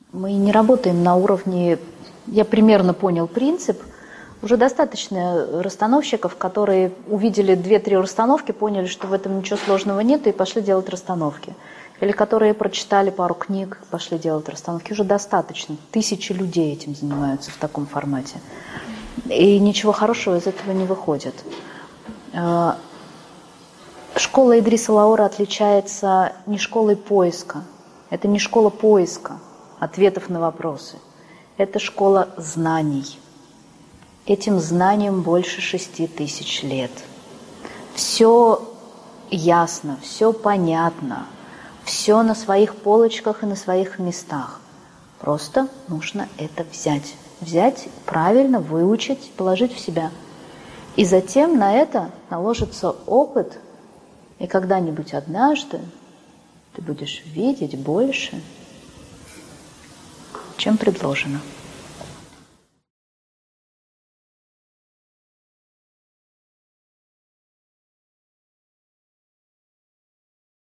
Мы не работаем на уровне... Я примерно понял принцип. Уже достаточно расстановщиков, которые увидели 2-3 расстановки, поняли, что в этом ничего сложного нет, и пошли делать расстановки. Или которые прочитали пару книг, пошли делать расстановки. Уже достаточно. Тысячи людей этим занимаются в таком формате. И ничего хорошего из этого не выходит. Школа Идриса Лаора отличается не школой поиска. Это не школа поиска ответов на вопросы. Это школа знаний. Этим знаниям больше 6000 лет. Все ясно, все понятно, все на своих полочках и на своих местах. Просто нужно это взять. Взять, правильно выучить, положить в себя. И затем на это наложится опыт, и когда-нибудь однажды ты будешь видеть больше, чем предложено.